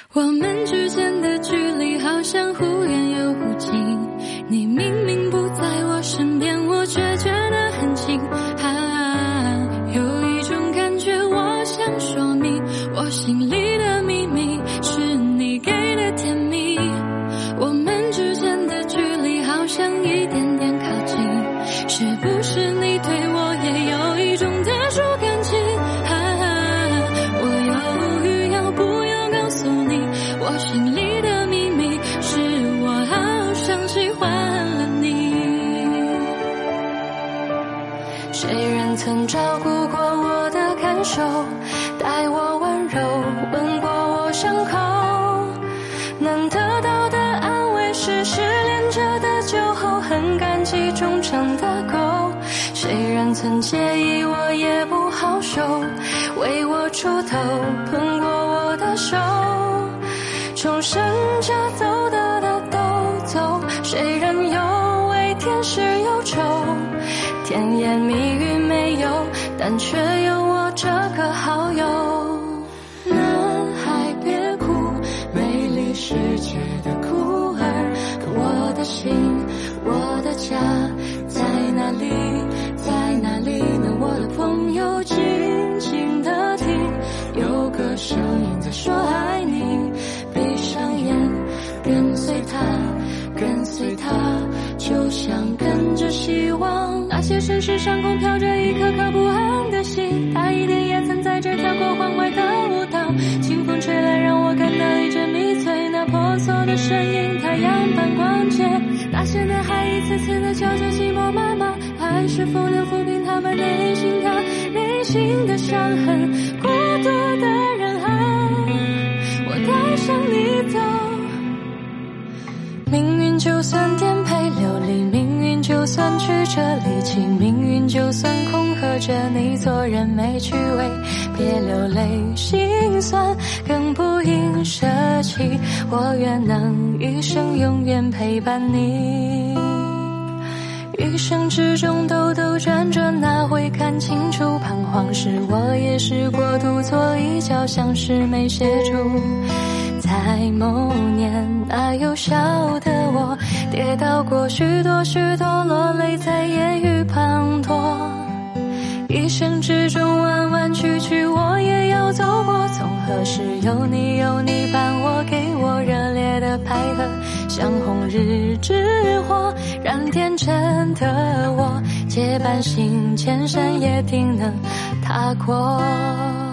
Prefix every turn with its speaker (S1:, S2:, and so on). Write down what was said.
S1: 我们之间的距离好像忽远又忽近，你明明不在我身边，我却觉得很近。有一种感觉我想说明，我心里的秘密是你给的甜蜜。我们之间的距离好像一点点靠近，是不是你对我也有一种特殊感情？我犹豫要不要告诉你，我心里的秘密是我好像喜欢了你。谁人曾照顾过我的感受，待我温柔，吻过我伤口，能得到的安慰是失恋者的酒后很感激忠诚的狗。谁人曾介意我也不好受，为我出头，碰过我的手，重生着走的都走。谁人有为天使忧愁，甜言蜜语没有，但却有我这个好友。男孩别哭，美丽世界的哭儿，可我的心，我的家在哪里，在哪里呢？我的朋友静静地听，有个声音在说爱你，闭上眼，跟随他，跟随他，就像跟着希望。那些城市上空飘着一颗颗不安的心，他一定也曾在这跳过欢快的舞蹈。清风吹来让我感到一阵迷醉，那婆娑的身影太阳般光洁。那些男孩一次次的叫着寂寞妈妈，爱是否能抚平他们内心的伤痕？孤独的人啊，我带上你走。命运就算颠沛流离，命运就算曲折离奇，命运就算恐吓着你做人没趣味，别流泪心酸，更不应舍弃，我愿能一生永远陪伴你。一生之中兜兜转转，哪会看清楚彷徨时，我也试过独坐一角，像是没写出。在某年，那幼小的我跌倒过许多许多，落泪在言语滂沱。一生之中弯弯曲曲，我也要走过。从何时有你伴我，给我热烈的拍和，像红日之火，燃天真的我，结伴行千山也定能踏过。